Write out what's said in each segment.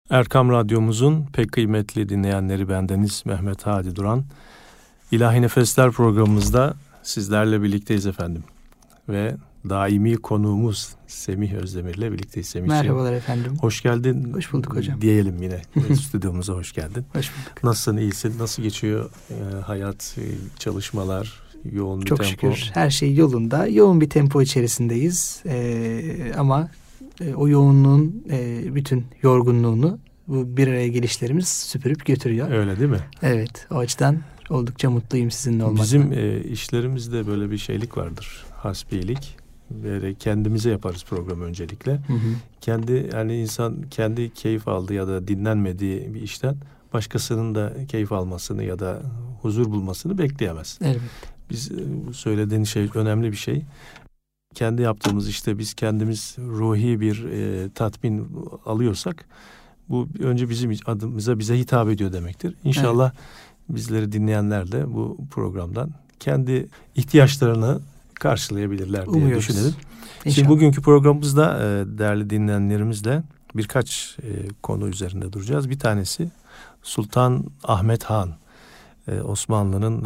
Erkam Radyomuzun pek kıymetli dinleyenleri, bendeniz Mehmet Hadi Duran. İlahi Nefesler programımızda sizlerle birlikteyiz efendim. Ve daimi konuğumuz Semih Özdemir'le birlikteyiz. Semih'ciğim, merhabalar efendim. hoş geldin. Hoş bulduk hocam. Diyelim yine. Stüdyomuza hoş geldin. Hoş bulduk. Nasılsın, iyisin? Nasıl geçiyor hayat, çalışmalar, yoğun bir çok tempo? Çok şükür her şey yolunda. Yoğun bir tempo içerisindeyiz. Ama o yoğunluğun bütün yorgunluğunu bu bir araya gelişlerimiz süpürüp götürüyor. Öyle değil mi? Evet. O açıdan oldukça mutluyum sizinle olmaktan. Bizim işlerimizde böyle bir şeylik vardır. Hasbilik. Böyle kendimize yaparız programı öncelikle. Hı hı. Kendi, yani insan kendi keyif aldığı ya da dinlenmediği bir işten başkasının da keyif almasını ya da huzur bulmasını bekleyemez. Evet. Biz, bu söylediğin şey önemli bir şey. Kendi yaptığımız işte biz kendimiz ruhi bir tatmin alıyorsak bu önce bizim adımıza, bize hitap ediyor demektir. İnşallah bizleri dinleyenler de bu programdan kendi ihtiyaçlarını karşılayabilirler diye umuyoruz. düşünelim. İnşallah. Şimdi bugünkü programımızda değerli dinleyenlerimizle birkaç konu üzerinde duracağız. Bir tanesi Sultan Ahmet Han, Osmanlı'nın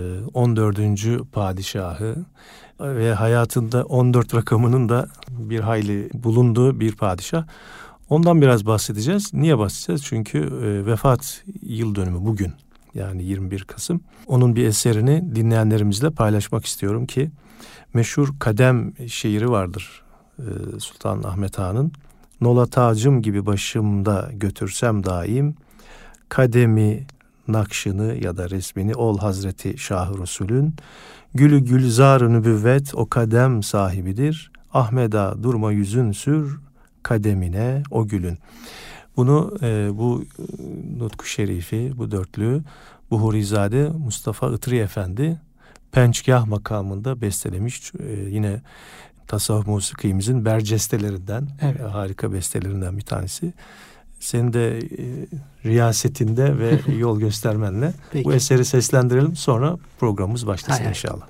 14. padişahı ve hayatında 14 rakamının da bir hayli bulunduğu bir padişah. Ondan biraz bahsedeceğiz. Niye bahsedeceğiz? Çünkü vefat yıl dönümü bugün, yani 21 Kasım. Onun bir eserini dinleyenlerimizle paylaşmak istiyorum ki meşhur Kadem şiiri vardır Sultan Ahmet Han'ın. Nola tacım gibi başımda götürsem daim, kademi nakşını ya da resmini ol Hazreti Şah-ı Resulün. Gülü gülzar-ı nübüvvet o kadem sahibidir. Ahmeda durma yüzün sür, kademine o gülün. Bunu bu nutku şerifi, bu dörtlüğü Buhurizade Mustafa Itri Efendi Pençgah makamında bestelemiş. Yine tasavvuf musikimizin bercestelerinden, harika bestelerinden bir tanesi. Senin de riyasetinde ve yol göstermenle bu eseri seslendirelim, sonra programımız başlasın inşallah.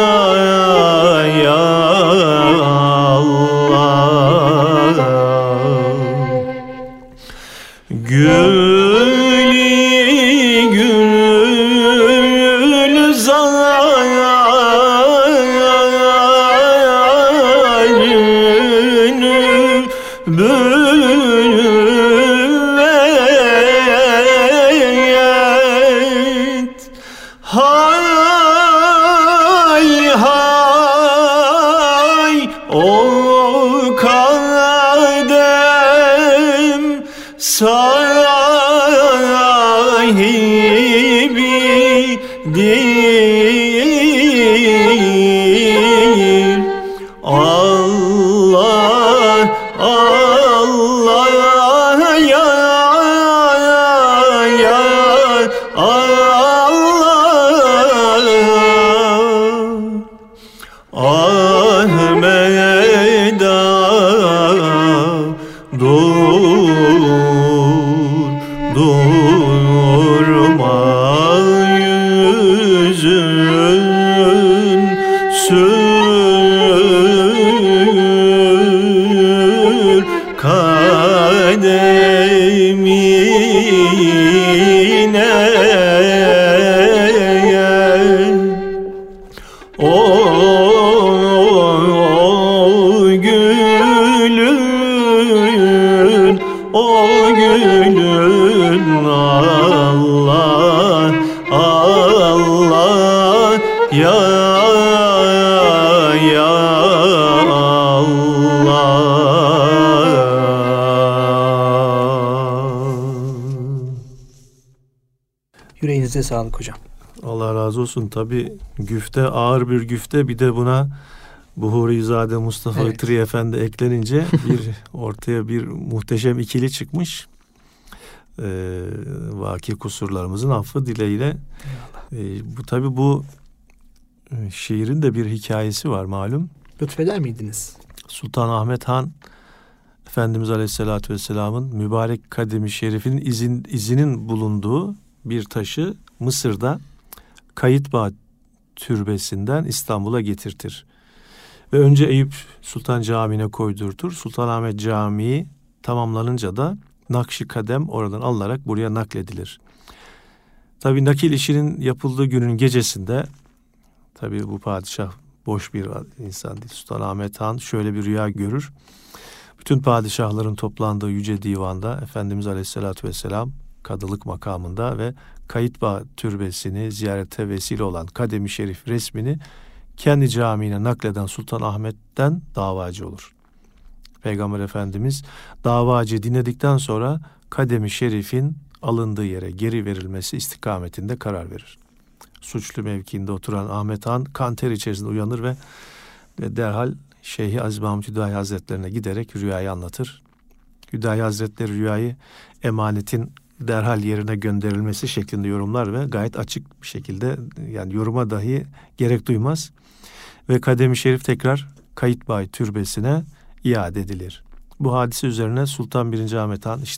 Ya Allah Gülü gül zarını bülvet hay hay o kadem sahibi değil. Allah Allah ya ya Allah Ahmet'a durma yüzün sür kademine o gülün Allah Allah ya ya Allah. Yüreğinize sağlık hocam. Allah razı olsun. Tabii güfte, ağır bir güfte, bir de buna Buhurizade Mustafa Itri Efendi eklenince ortaya bir muhteşem ikili çıkmış. Vaki kusurlarımızın affı dileğiyle. Bu şiirin de bir hikayesi var malum. Lütfeder miydiniz? Sultan Ahmet Han Efendimiz Aleyhisselatü Vesselam'ın mübarek kademi şerifinin izinin bulunduğu bir taşı Mısır'da Kayıtbağ türbesinden İstanbul'a getirtir. Ve önce Eyüp Sultan Camii'ne koydurtur. Sultanahmet Camii tamamlanınca da Nakş-ı Kadem oradan alınarak buraya nakledilir. Tabii nakil işinin yapıldığı günün gecesinde, tabii bu padişah boş bir insan değil. Sultanahmet Han şöyle bir rüya görür. Bütün padişahların toplandığı yüce divanda Efendimiz Aleyhisselatü Vesselam kadılık makamında ve Kayıtbağ türbesini ziyarete vesile olan Kadem-i Şerif resmini kendi camiine nakleden Sultan Ahmet'ten davacı olur. Peygamber Efendimiz davacı dinledikten sonra Kadem-i Şerif'in alındığı yere geri verilmesi istikametinde karar verir. Suçlu mevkiinde oturan Ahmet Han kan ter içerisinde uyanır ve derhal Şeyh Aziz Mahmud Hüdayi Hazretlerine giderek rüyayı anlatır. Hüdayi Hazretleri rüyayı emanetin derhal yerine gönderilmesi şeklinde yorumlar ve gayet açık bir şekilde, yani yoruma dahi gerek duymaz. Ve Kadem-i Şerif tekrar Kayıtbağ türbesine iade edilir. Bu hadise üzerine Sultan 1. Ahmet Han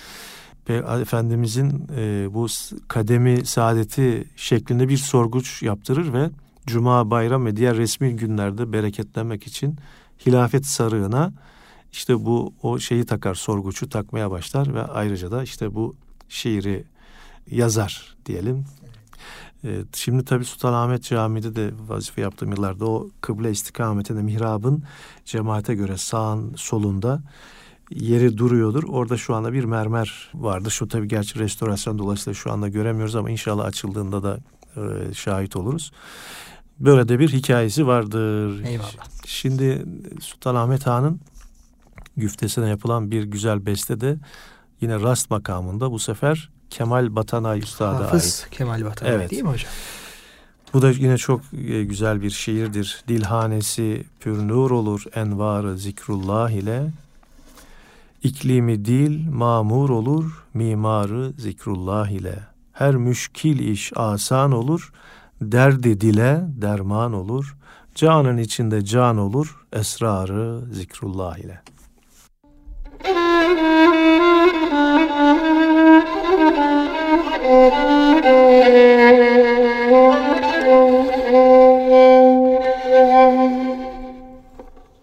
Efendimizin bu kademi saadeti şeklinde bir sorguç yaptırır ve Cuma, bayram ve diğer resmi günlerde bereketlenmek için hilafet sarığına o şeyi takar, sorguçu takmaya başlar ve ayrıca da bu şiiri yazar diyelim. Şimdi tabii Sultanahmet Camii'de de vazife yaptığım yıllarda o kıble istikametinde mihrabın cemaate göre sağın solunda yeri duruyordur. Orada şu anda bir mermer vardı. Şu tabii gerçi restorasyon dolayısıyla şu anda göremiyoruz ama inşallah açıldığında da şahit oluruz. Böyle de bir hikayesi vardır. Eyvallah. Şimdi Sultanahmet Han'ın güftesine yapılan bir güzel beste de yine rast makamında, bu sefer Kemal Batanay Üstad'a ait. Hafız Kemal Batanay, evet, değil mi hocam? Bu da yine çok güzel bir şiirdir. Dilhanesi pür nur olur envarı zikrullah ile. İklimi dil mamur olur mimarı zikrullah ile. Her müşkil iş asan olur, derdi dile derman olur. Canın içinde can olur, esrarı zikrullah ile.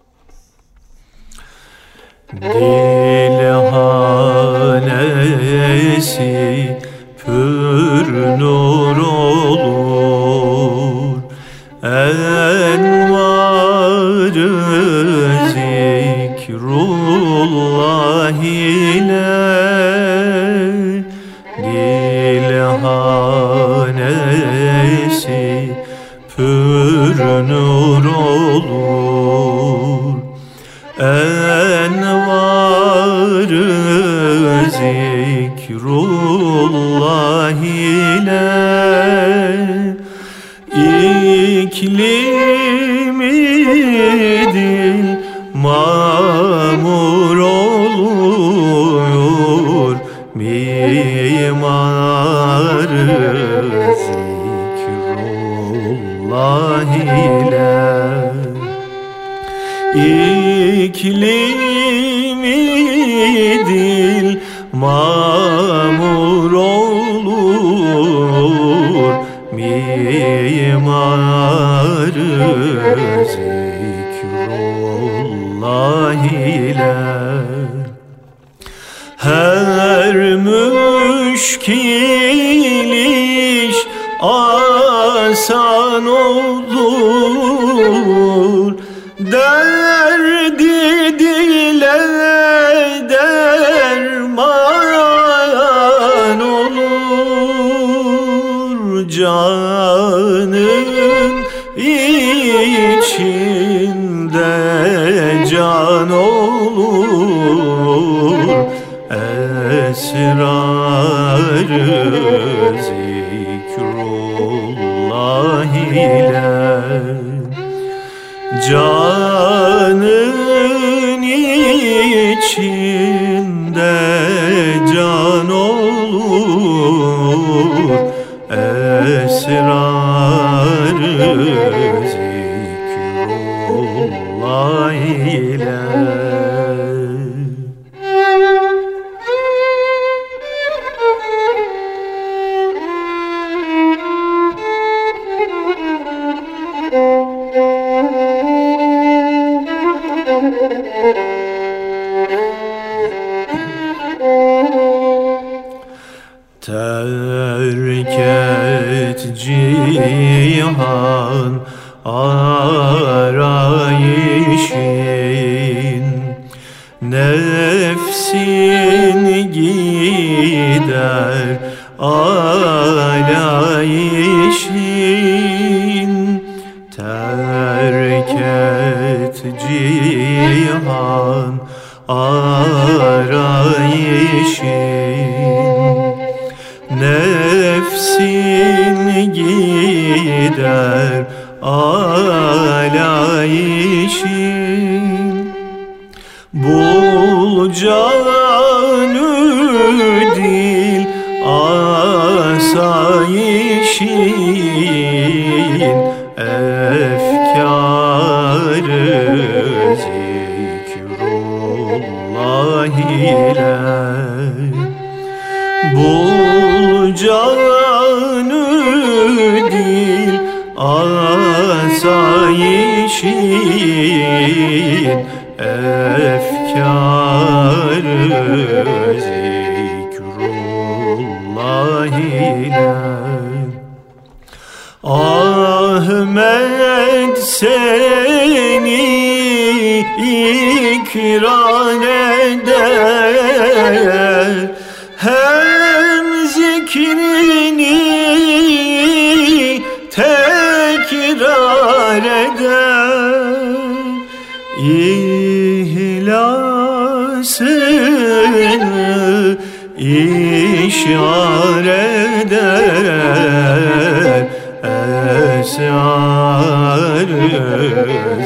Dilhanesi zikrullah ile dilhanesi pür nur olur. Envar-ı zikrullah ile İklimi dil mamur olur. Mimar-ı zikrullah ile İklimi dil mamur olur. Mimar-ı zikrullah ile her müşkil iş asan olur. Derdi dile derman olur. Canın içinde can olur. Esrar-ı zikrullah ile canın içinde can olur. Esrar-ı zikrullah ile terk et cihan arayışın, nefsin gider alayişin. Terk et cihan arayışın, nefsin gider alayişin. Bul canı dil asayişin, efkâr-ı zikrullah ile bul canı dil asayişin, efkâr-ı zikrullah ile Ahmet seni ikrar eder, hem zikrini tekrar eder. İhlasını işaret eder, esrar-ı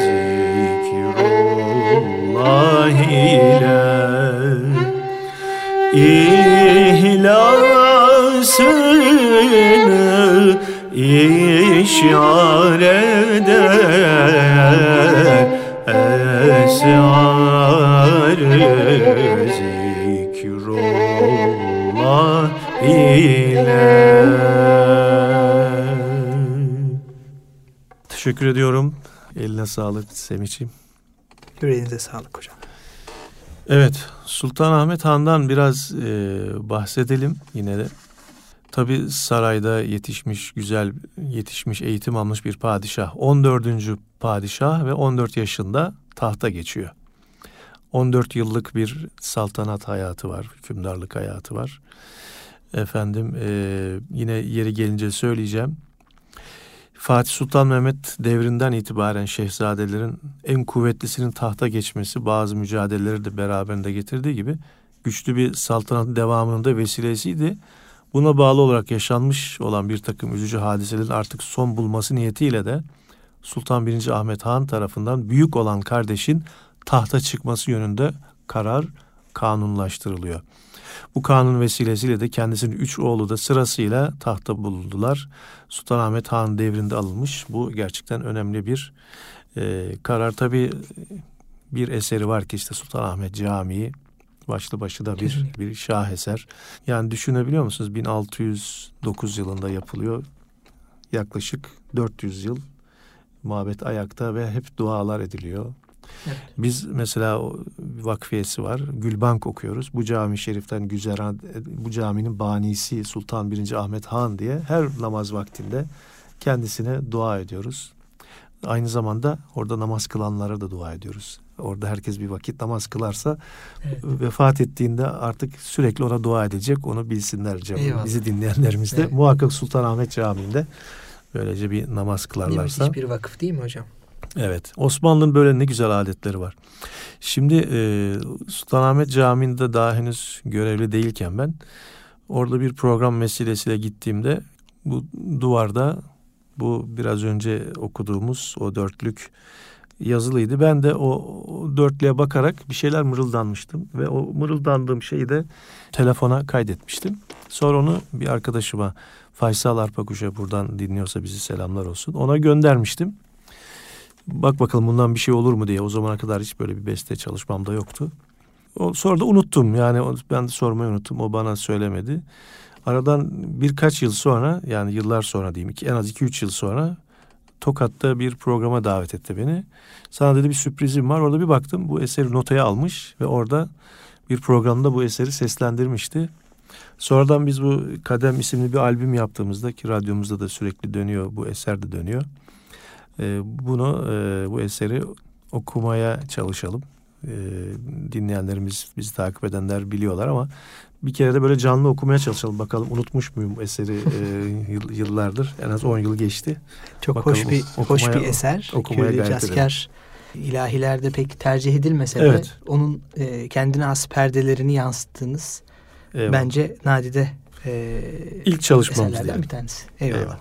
zikrullah ile İhlasını işaret eder, esrar-ı zikrullah ile. Teşekkür ediyorum. Eline sağlık Semih'ciğim. Yüreğinize sağlık hocam. Evet, Sultanahmet Han'dan biraz bahsedelim yine de. Tabii sarayda yetişmiş, güzel yetişmiş, eğitim almış bir padişah. 14. padişah ve 14 yaşında tahta geçiyor. 14 yıllık bir saltanat hayatı var, hükümdarlık hayatı var. Efendim yine yeri gelince söyleyeceğim. Fatih Sultan Mehmet devrinden itibaren şehzadelerin en kuvvetlisinin tahta geçmesi bazı mücadeleleri de beraberinde getirdiği gibi güçlü bir saltanatın devamının da vesilesiydi. Buna bağlı olarak yaşanmış olan bir takım üzücü hadiselerin artık son bulması niyetiyle de Sultan 1. Ahmet Han tarafından büyük olan kardeşin tahta çıkması yönünde karar kanunlaştırılıyor. Bu kanun vesilesiyle de kendisinin 3 oğlu da sırasıyla tahta bulundular. Sultanahmet Han devrinde alınmış. Bu gerçekten önemli bir karar. Tabii bir eseri var ki işte Sultanahmet Camii başlı başına bir şaheser. Yani düşünebiliyor musunuz? 1609 yılında yapılıyor. Yaklaşık 400 yıl mabet ayakta ve hep dualar ediliyor. Evet. Biz mesela vakfiyesi var. Gülbank okuyoruz. Bu cami şeriften Güzeran, bu caminin banisi Sultan 1. Ahmet Han diye her namaz vaktinde kendisine dua ediyoruz. Aynı zamanda orada namaz kılanlara da dua ediyoruz. Orada herkes bir vakit namaz kılarsa vefat ettiğinde artık sürekli ona dua edecek. Onu bilsinler canım. Bizi dinleyenlerimiz de muhakkak Sultanahmet Camii'nde böylece bir namaz kılarlarsa. Hiçbir vakıf değil mi hocam? Evet. Osmanlı'nın böyle ne güzel adetleri var. Şimdi Sultanahmet Camii'nde daha henüz görevli değilken ben orada bir program vesilesiyle gittiğimde bu duvarda bu biraz önce okuduğumuz o dörtlük yazılıydı. Ben de o dörtlüğe bakarak bir şeyler mırıldanmıştım ve o mırıldandığım şeyi de telefona kaydetmiştim. Sonra onu bir arkadaşıma Faysal Arpakuş'a buradan dinliyorsa bizi selamlar olsun. Ona göndermiştim. Bak bakalım bundan bir şey olur mu diye. O zamana kadar hiç böyle bir beste çalışmam da yoktu. Sonra da unuttum. Yani ben de sormayı unuttum. O bana söylemedi. Aradan birkaç yıl sonra, yani yıllar sonra diyeyim, en az 2-3 yıl sonra Tokat'ta bir programa davet etti beni. Sana dedi bir sürprizim var. Orada bir baktım bu eseri notaya almış ve orada bir programda bu eseri seslendirmişti. Sonradan biz bu Kadem isimli bir albüm yaptığımızda, ki radyomuzda da sürekli dönüyor, bu eser de dönüyor. Bu eseri okumaya çalışalım. Dinleyenlerimiz, bizi takip edenler biliyorlar ama bir kere de böyle canlı okumaya çalışalım. Bakalım unutmuş muyum eseri yıllardır. En az 10 yıl geçti. Çok bakalım, hoş bir eser. Köyde asker ilahilerde pek tercih edilmese de onun kendine has perdelerini yansıttığınız bence nadide ilk çalışmamız eserlerden bir tanesi. Eyvallah.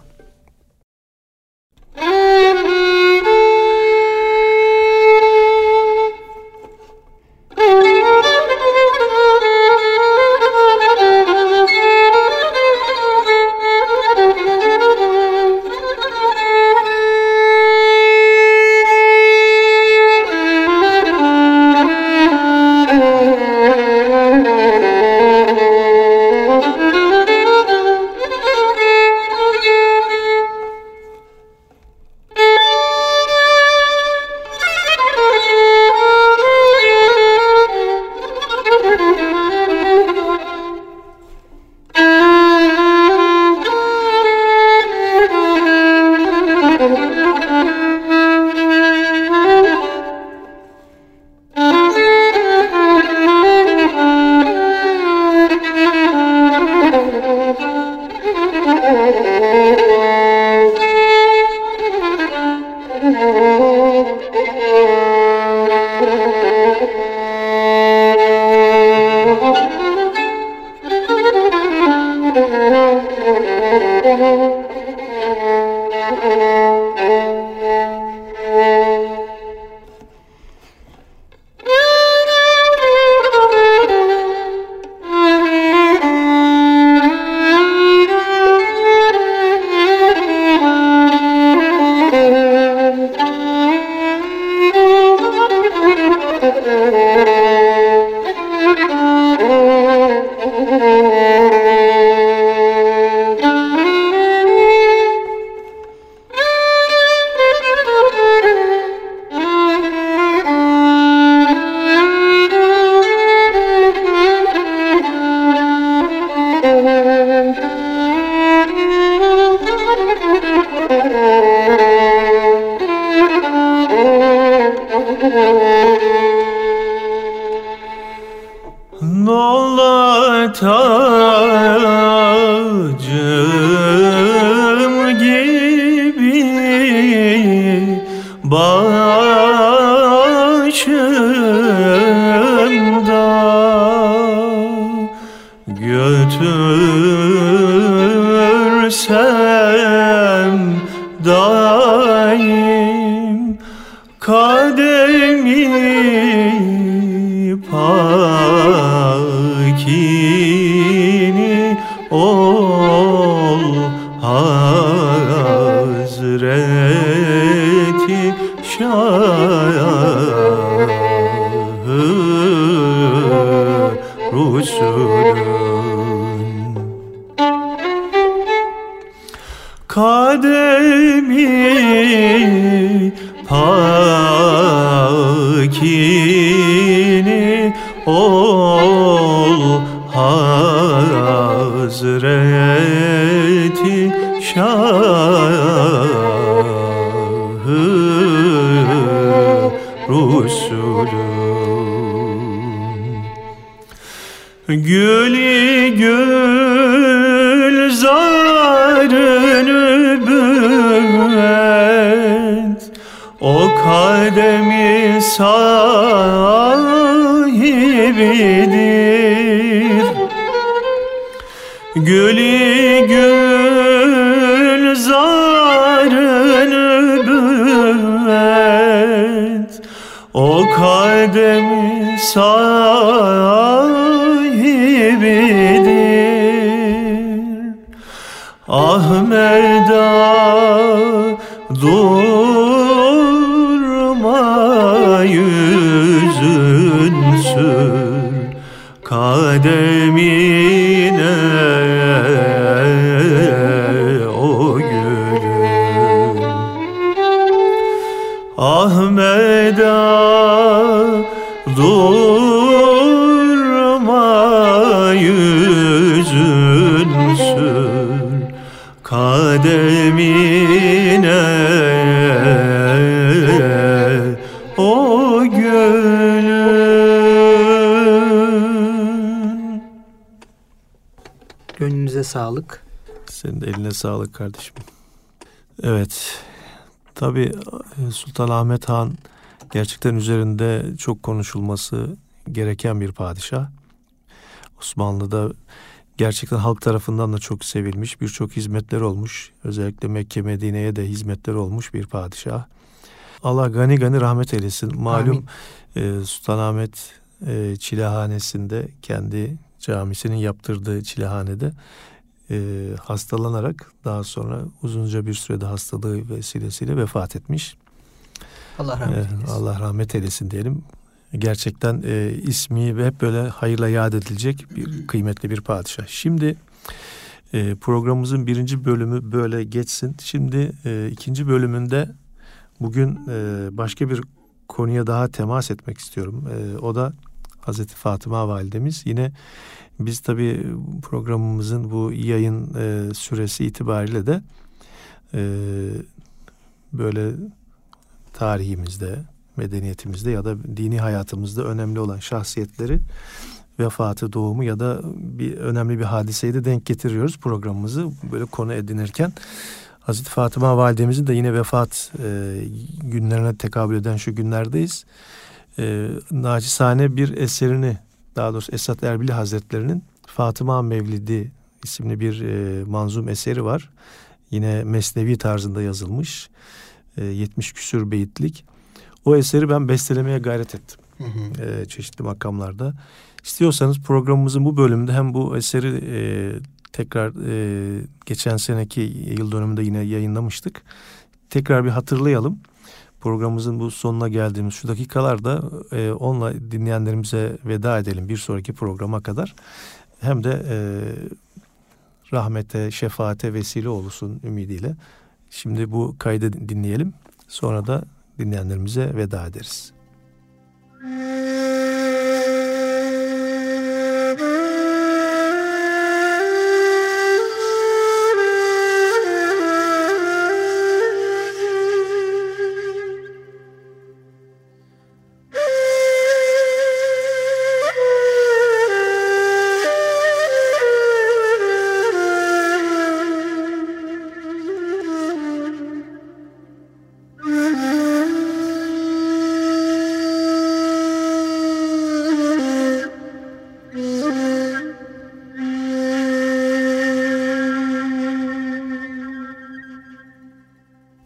Nola tacım gibi başımda götürsem daim kademi pakini ol Hazreti Şah-ı Resulün kademi pakini ol Hazreti Şah-ı Resulün gülü gülzarın nübüvvet o kademi sahibidir gülü gülzarın nübüvvet o kademi sahibidir Ahmet'a durma yüzün sür kademine o gülün Ahmet'a durma yüzün sür kademine o gülün. Gönlünüze sağlık. Senin de eline sağlık kardeşim. Evet. Tabii Sultanahmet Han gerçekten üzerinde çok konuşulması gereken bir padişah. Osmanlı'da gerçekten halk tarafından da çok sevilmiş, birçok hizmetleri olmuş. Özellikle Mekke, Medine'ye de hizmetleri olmuş bir padişah. Allah gani gani rahmet eylesin. Malum Sultanahmet Çilehanesi'nde, kendi camisinin yaptırdığı çilehanede hastalanarak daha sonra uzunca bir sürede hastalığı vesilesiyle vefat etmiş. Allah rahmet eylesin. Allah rahmet eylesin diyelim. Gerçekten ismi ve hep böyle hayırla yad edilecek bir kıymetli bir padişah. Şimdi programımızın birinci bölümü böyle geçsin. Şimdi ikinci bölümünde bugün başka bir konuya daha temas etmek istiyorum. O da Hazreti Fatıma Validemiz. Yine biz tabii programımızın bu yayın süresi itibariyle de böyle tarihimizde, medeniyetimizde ya da dini hayatımızda önemli olan şahsiyetleri vefatı, doğumu ya da bir önemli bir hadiseyi de denk getiriyoruz programımızı böyle konu edinirken. Hazreti Fatıma Validemizin de yine vefat günlerine tekabül eden şu günlerdeyiz. Naçizane bir eserini, daha doğrusu Esat Erbili Hazretleri'nin Fatıma Mevlidi isimli bir manzum eseri var. Yine mesnevi tarzında yazılmış. 70 küsür beyitlik. O eseri ben bestelemeye gayret ettim. Çeşitli makamlarda. İstiyorsanız programımızın bu bölümünde hem bu eseri tekrar geçen seneki yıl dönümünde yine yayınlamıştık. Tekrar bir hatırlayalım. Programımızın bu sonuna geldiğimiz şu dakikalarda onunla dinleyenlerimize veda edelim bir sonraki programa kadar. Hem de rahmete, şefaate vesile olsun ümidiyle. Şimdi bu kaydı dinleyelim. Sonra da dinleyenlerimize veda ederiz.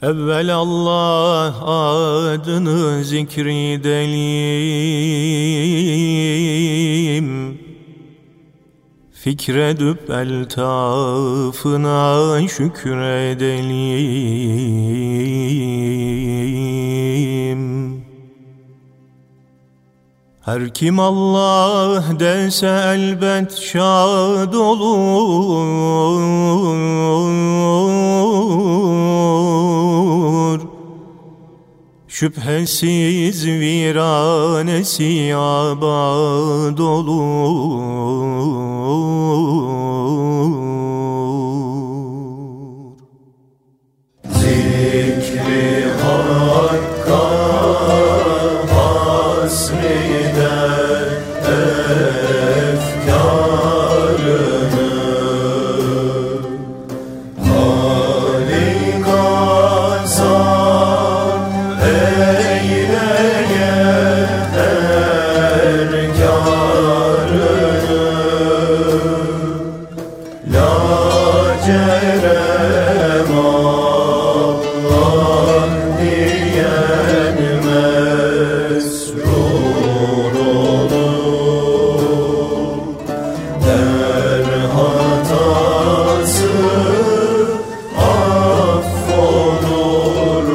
Evvel Allah adını zikredelim, fikredip eltafına şükredelim. Her kim Allah dese elbet şad olur. Şüphesiz viranesi abad olur. Zikri Hakk'a hasreder efkarını, Halika zan eyleye erkarını, lacerem Allah diyen mesrur olur. Der hatası affolur,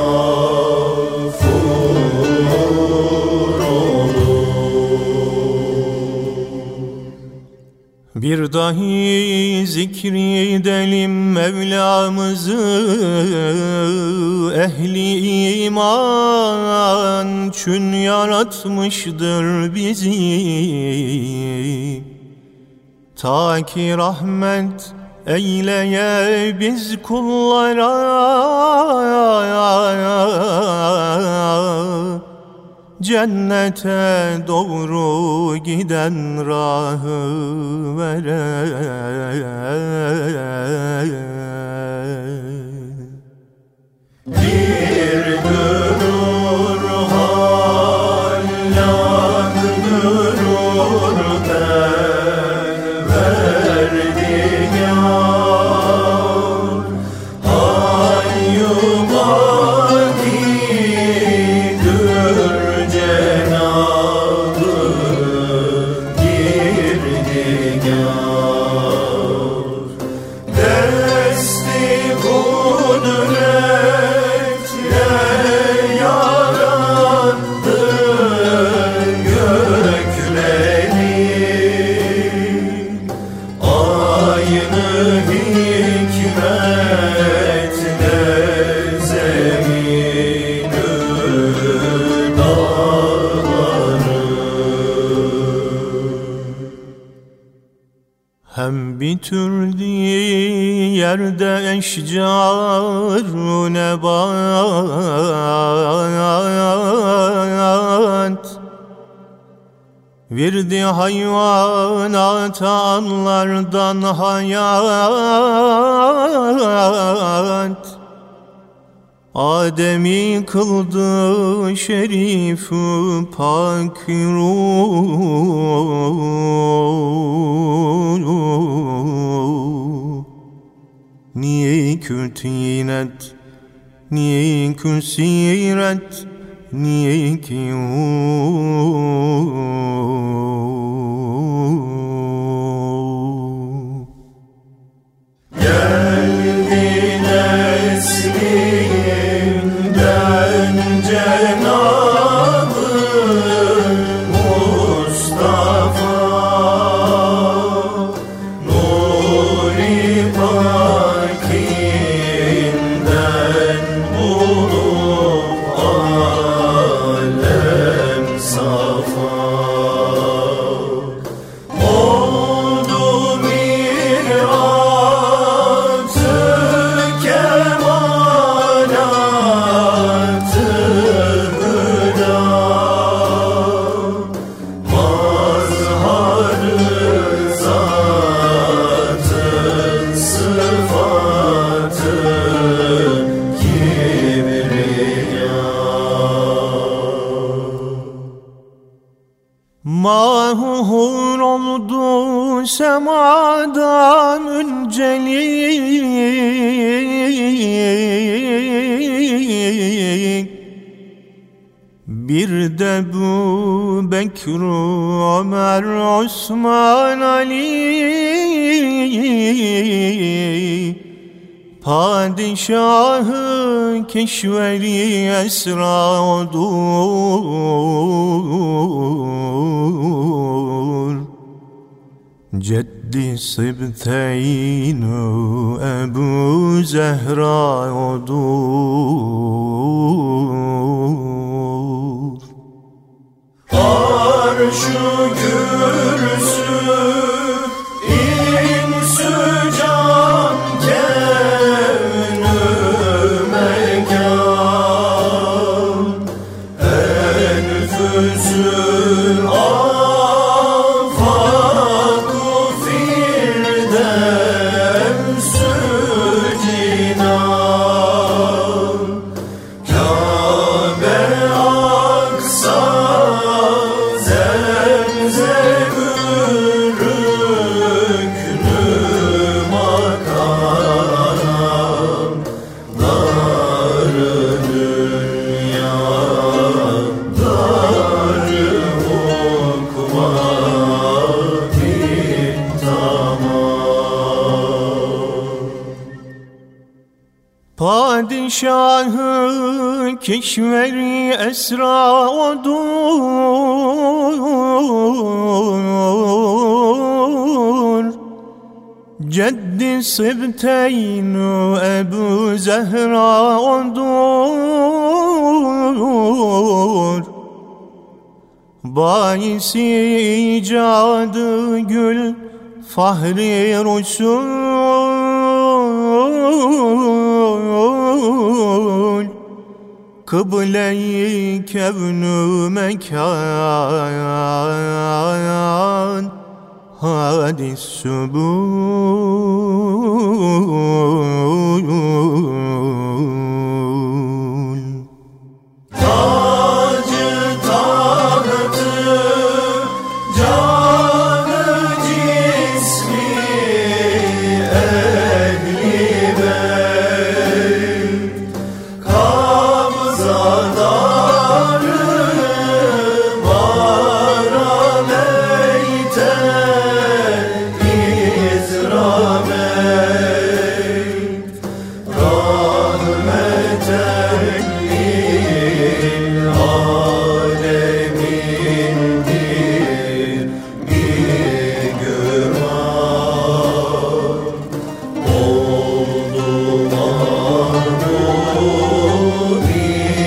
mağfur olur. Bir dahi zikredelim Mevlamızı, ehli iman çün yaratmıştır bizi. Ta ki rahmet eyleye biz kullara, cennete doğru giden rahı vere. Bir gönül hallak gönül perverdigar, hayyu bakidir cenabı girdigar. Desti kudretle yarattı gökleri, aynı hikmetle zemin dağları. Hem bitirdi yerde eşcar nebat, verdi hayvanata anlardan hayat. Adem'i kıldı şerif pak ruh. Niye kültinet, niye külsiret, niye ki geldi neslinden Cenab-ı Mustafa, Nuri pakinden bulup alem safa. Meşhur oldu semadan öncelik, bir de bu Bekir, Ömer, Osman, Ali, padişahı keşveri esra odur. Ceddi Sibteynu Ebu Zehra odur. Arş-ı kürsü insü can kevnü mekan, enfüsün afaku firdevsü cinan, Kabe Aksa padişahı keşveri esra odur. Ceddi Sibteynu Ebu Zehra odur. Baisi icadı gül fahri Resul, kıble-i kevnü mekan, hadis subul. Tacı tahtı canı cismi ehli beyt, kabzadarı marameyte İzrameyt, rahmeten lil alemindir bir güman, oldu mahbub-i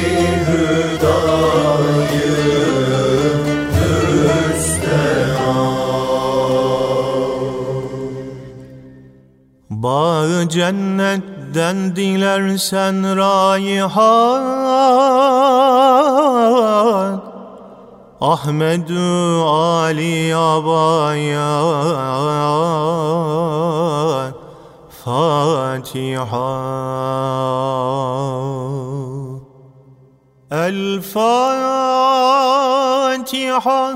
hüdayı Bağı cennetten dilersen raihat, Ahmed-ü Ali Abaya Fatiha. El-Fatiha.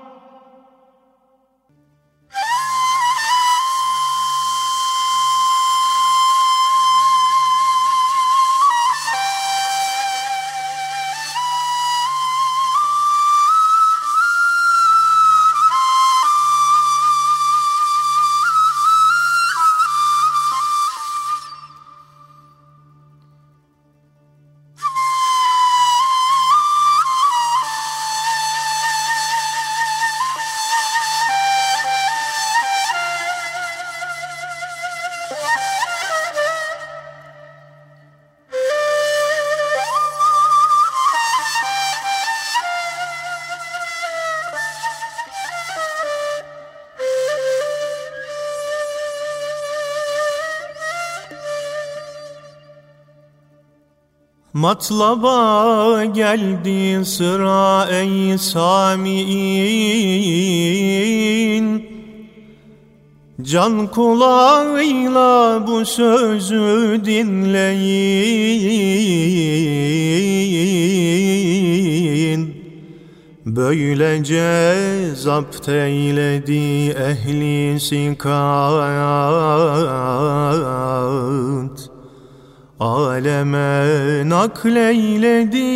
Matlaba geldi sıra ey sami'in, can kulağıyla bu sözü dinleyin. Böylece zapt eyledi ehli sikat, aleme nakleyledi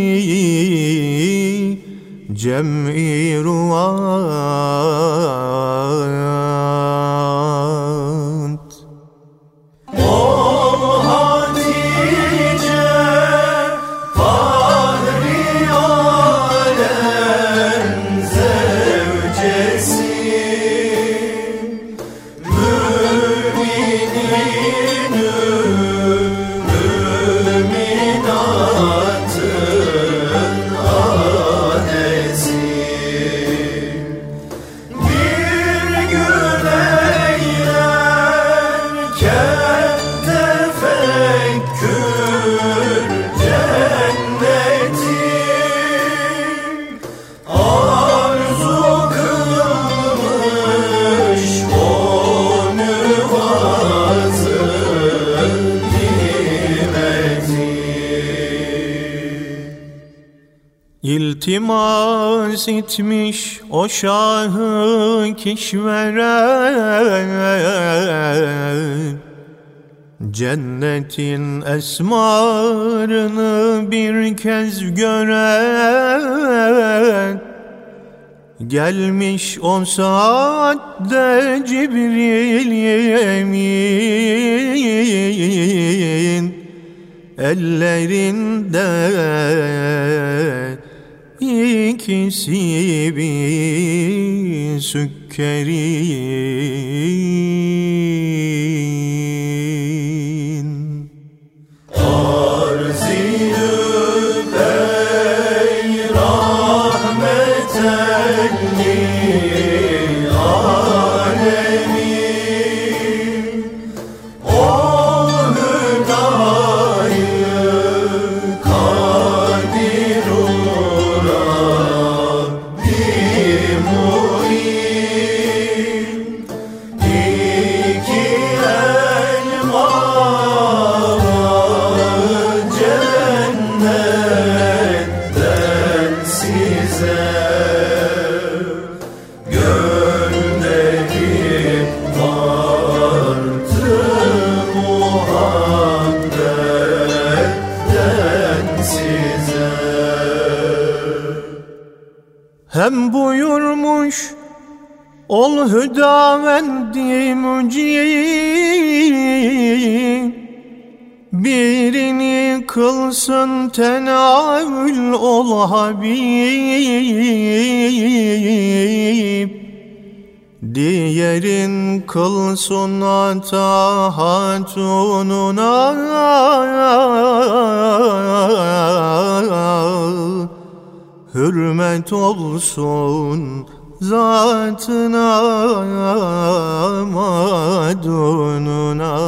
cem-i ruvat. O Hatice fahri alem zevcesi, İltimas etmiş o şahı kişveren, cennetin esmarını bir kez gören. Gelmiş o saatte Cibril Emin, ellerinde İkisi bir sükkerin. Arz-i bey rahmeten lil alemin, o hüdayı hem buyurmuş ol hüdavendi mücib, birini kılsın tenavül ol Habib, diğerin kılsın ata hatununa, hürmet olsun zatına madununa.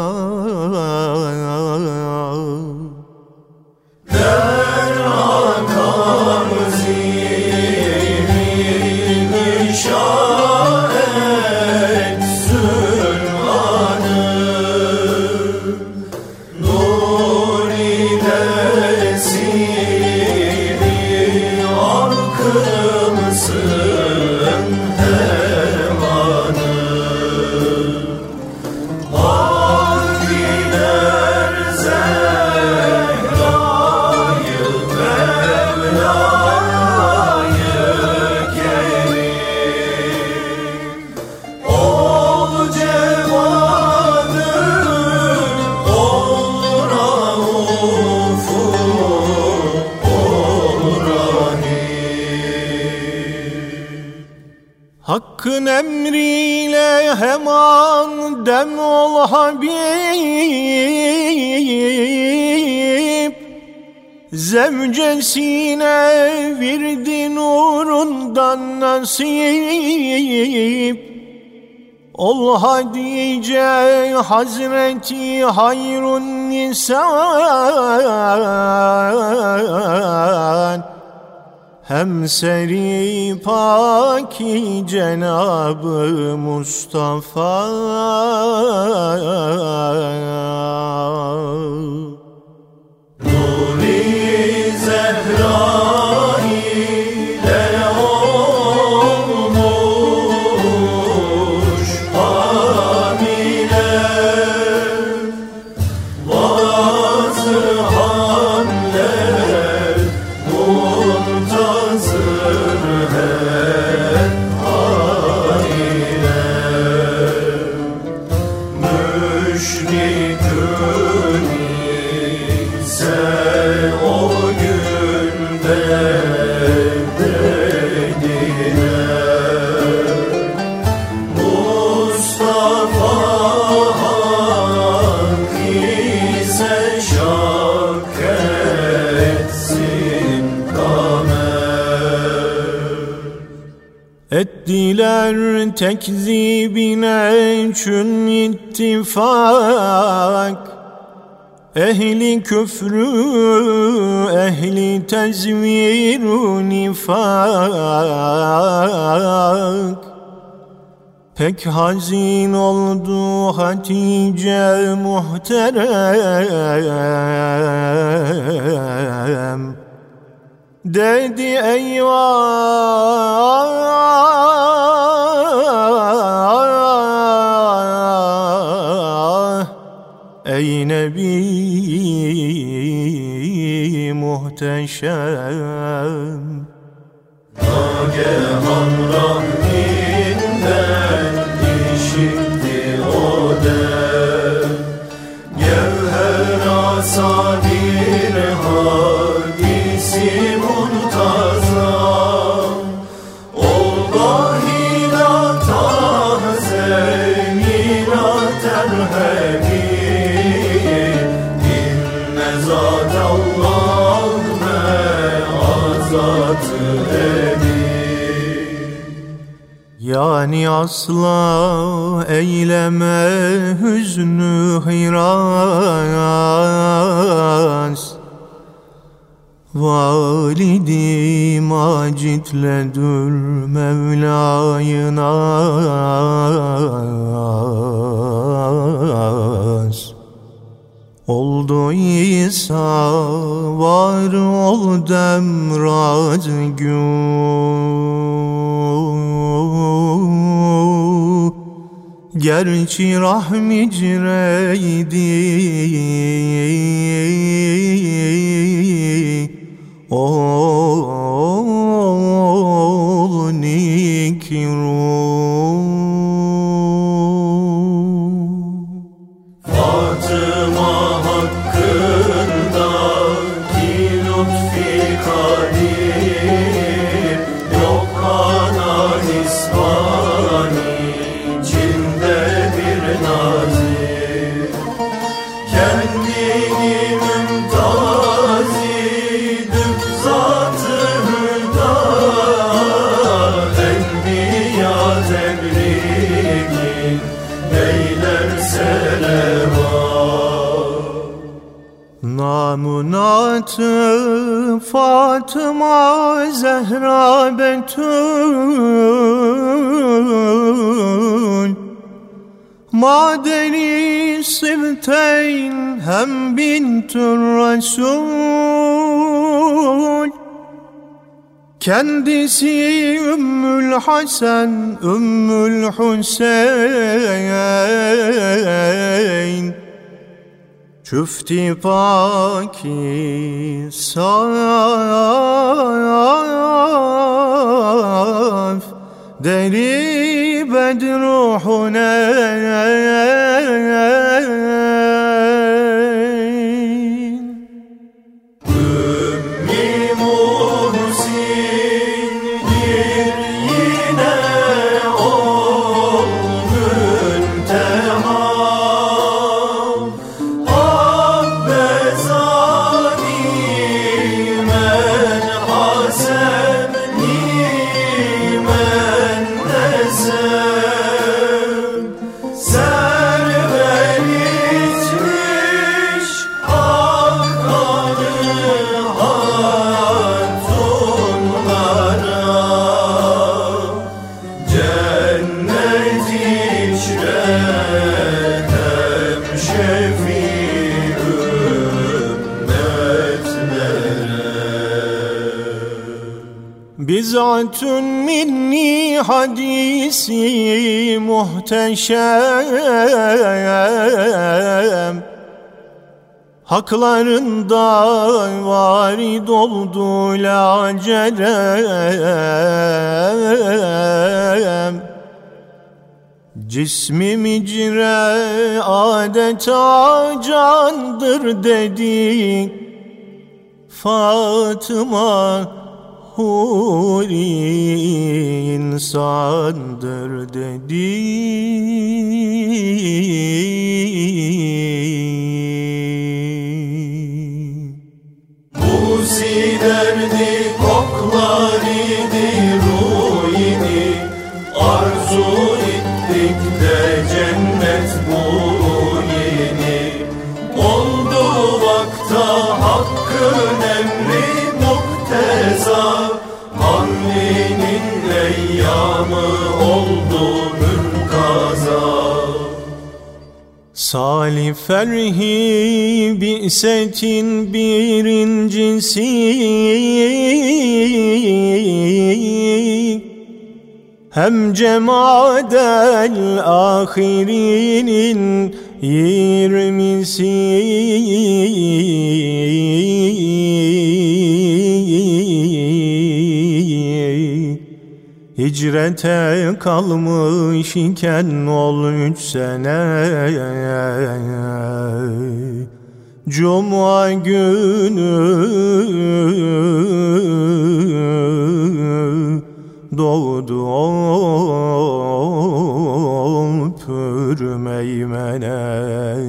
Der akam zihni şah etsin anı, nur ile siri akılsın hevanı. Akiler Zehra'yı Mevla'yı kerim, ol cevadı ol raufu ol rahim. Hakkın emriyle hemen dem ol Habib, zevcesine virdi nurundan nasip. Ol Hatice Hazreti hayrun nisan, hem seri paki Cenab-ı Mustafa. Nuri Zehra ile Eder tekzibine çün ittifak, ehli küfrü, ehli tezvir nifak. Pek hazin oldu Hatice muhterem, dedi eyvah, ey Nebi muhteşem. Nagehan Rabbinden işitti o dem, gevher asa bir hadisi muntazam. Ol dahila tahzenila terhebi, inne zat Allah me azatı ebi. Yani asla eyleme hüznü hiras, validi macitledür Mevla-i nas. Oldu İsa var ol demraz gün, gerçi rahmi cireydi, ol nikru. Fatıma hakkındaki lütfi kadir, yok kana nisbani içinde bir nazir. Kendini mümtazi dük zat-ı hüda, enbiya tebliğin eyler selavat. Namunatı Fatıma Zehra Betül, madeni sibteyn hem bintür Resul. Kendisi Ümmül Hasan, Ümmül Hüseyin, çüfti paki saf, deri bedru Huneyn. Ümmi Muhsin bir yine ol münteha, bizatun minni hadisi muhteşem, haklarında varid oldu lacerem. Cismim icre adeta candır dedi Fatıma, huri insandır dedi. Musi derdi koklar idi ruhini, arzu ettik de cennet bu yeni. Oldu vakta hakkın emri mukteza, Hamlinin eyyamı oldu münkaza. Salih ferhi bi'setin birincisi, hem cemadel ahirinin 20'si. Hicrete kalmış iken 13 sene, Cuma günü doğdu o pür meymene.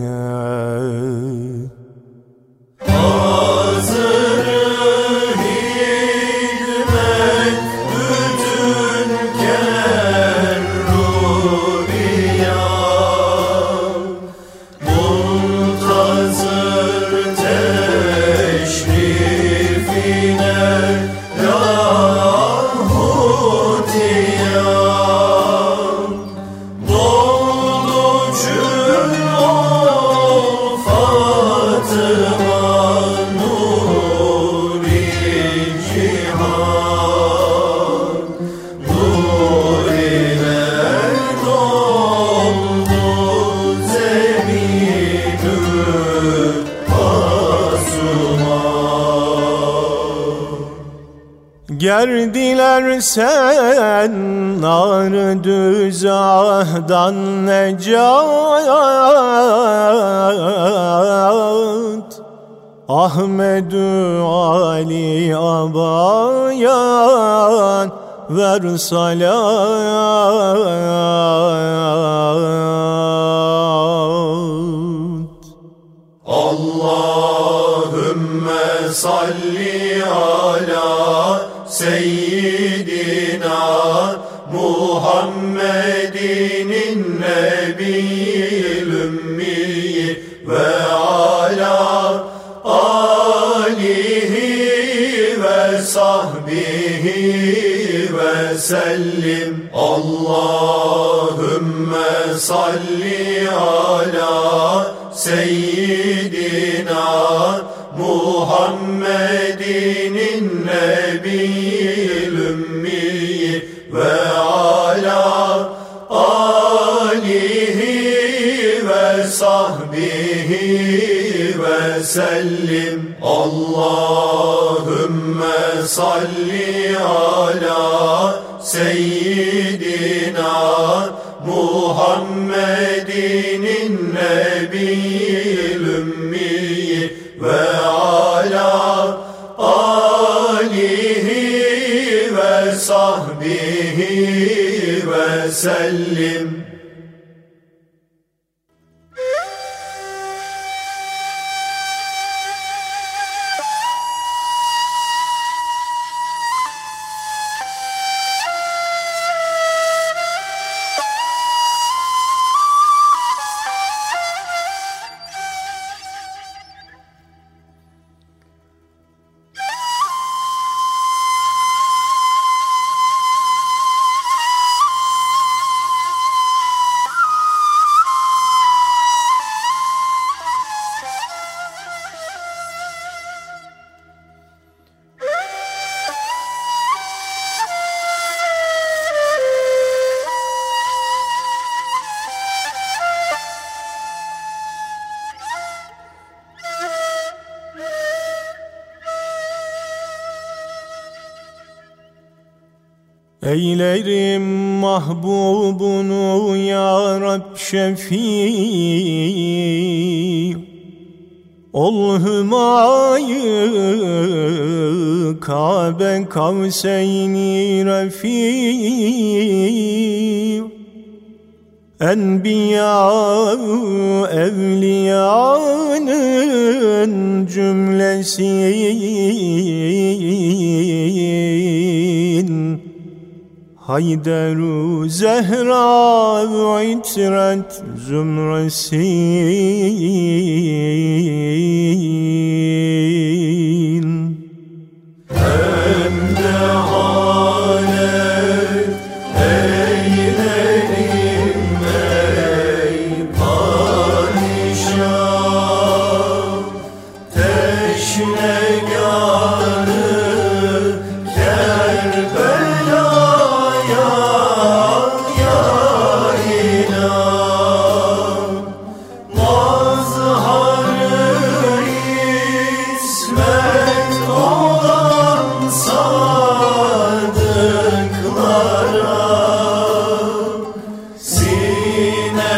Gerdiler sen nar düzahdan necat, Ahmedü Ali abayan ver salat. Allahümme salli ala Seyyidina Muhammedinin Nebiyyil Ümmi ve ala alihi ve sahbihi ve sellim. Allahümme salli ala Seyyidina Muhammedinin Nebiyyil Ümmi ve ala alihi ve sahbihi ve sellim. Allahümme salli ala Seyyidina Muhammedinin Nebiyyil Ümmi ve ala alihi ve sahbihi ve sellim. Eylerim mahbubunu ya Rab şefi, ol hümayı Kabe kavseyni refi. Enbiya evliyanın cümlesin Hayderu Zehra itret zümresin. Hem de halet eylerim ey padişah, teşnegarı Kerbela'ya ya ilah. Mazhar-ı İsmet olan sadıklara sine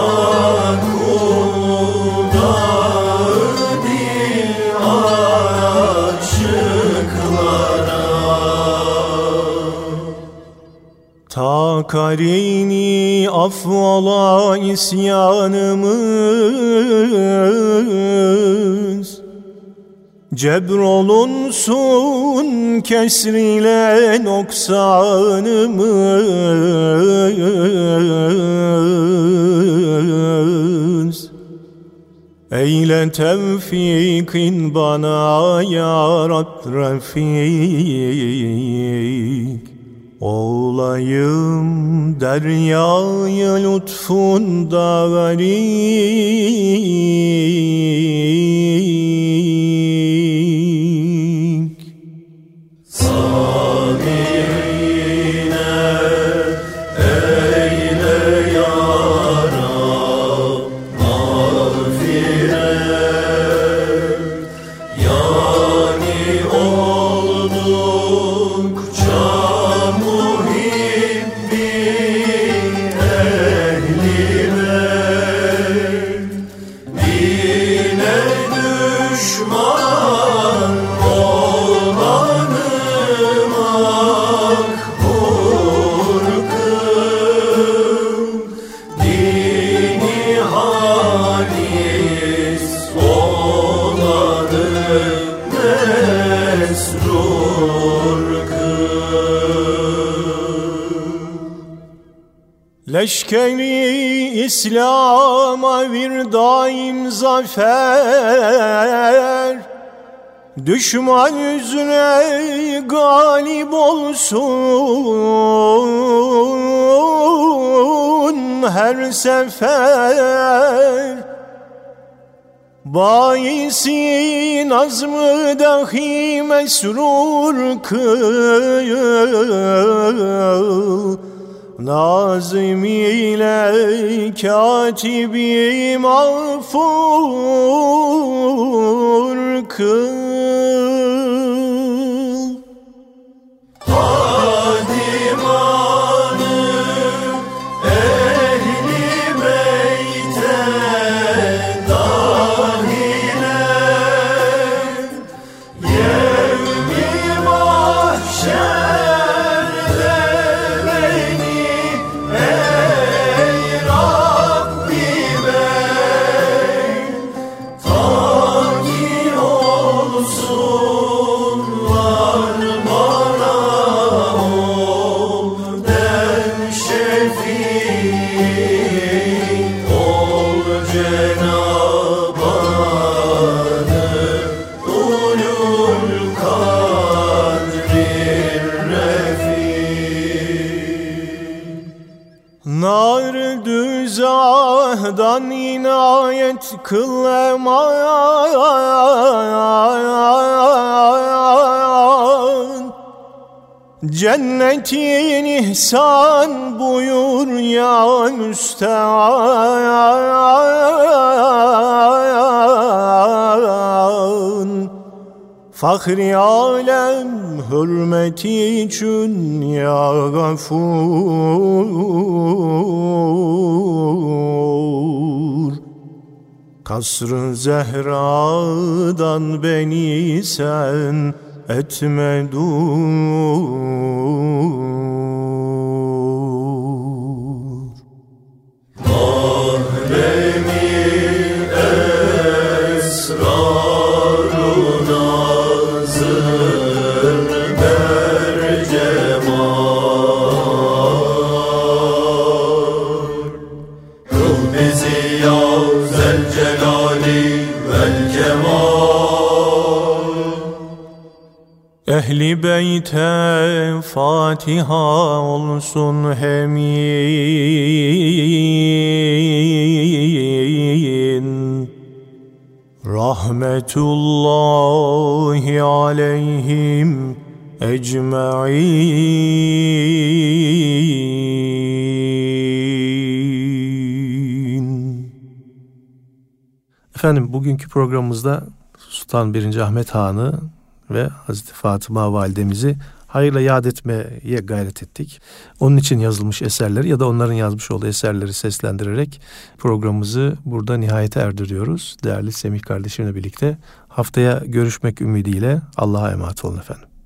çakuda dil aşıklara. Ta karini affola isyanımız, cebrolunsun kesriyle noksanımız. Eyle tevfikin bana ya Rab Refik, olayım deryayı lütfunda garik. Sabirine eyle ya Rab mağfiret, yani oldukça muhibbi ehli beyt, dine düşman olanı makbul kıl, dini halis olanı mesrur kıl. Leşkeri İslam'a bir daim zafer, düşman yüzüne galip olsun her sefer. Baisi nazmı dahi mesrur kıl, nazım ile katibi mağfur kıl. Hadimanı ehli beyte dahile, yevmi mahşerde beni ey Rabbi bey, ta ki olsunlar bana ol den şefik, ol Cenab-ı ulul kadrir refik. Nar düzahdan inayet kıleman, cennetin ihsan buyur ya müstehan. Fahri alem hürmeti için ya gafur, kasr-ı Zehra'dan beni sen etme dur. Mahremi esraruna zır bercemal, Ehli beyte Fatiha olsun hemin. Rahmetullahi aleyhim ecma'in. Efendim bugünkü programımızda Sultan 1. Ahmet Han'ı ve Hazreti Fatıma Validemizi hayırla yad etmeye gayret ettik. Onun için yazılmış eserleri ya da onların yazmış olduğu eserleri seslendirerek programımızı burada nihayete erdiriyoruz. Değerli Semih kardeşimle birlikte haftaya görüşmek ümidiyle Allah'a emanet olun efendim.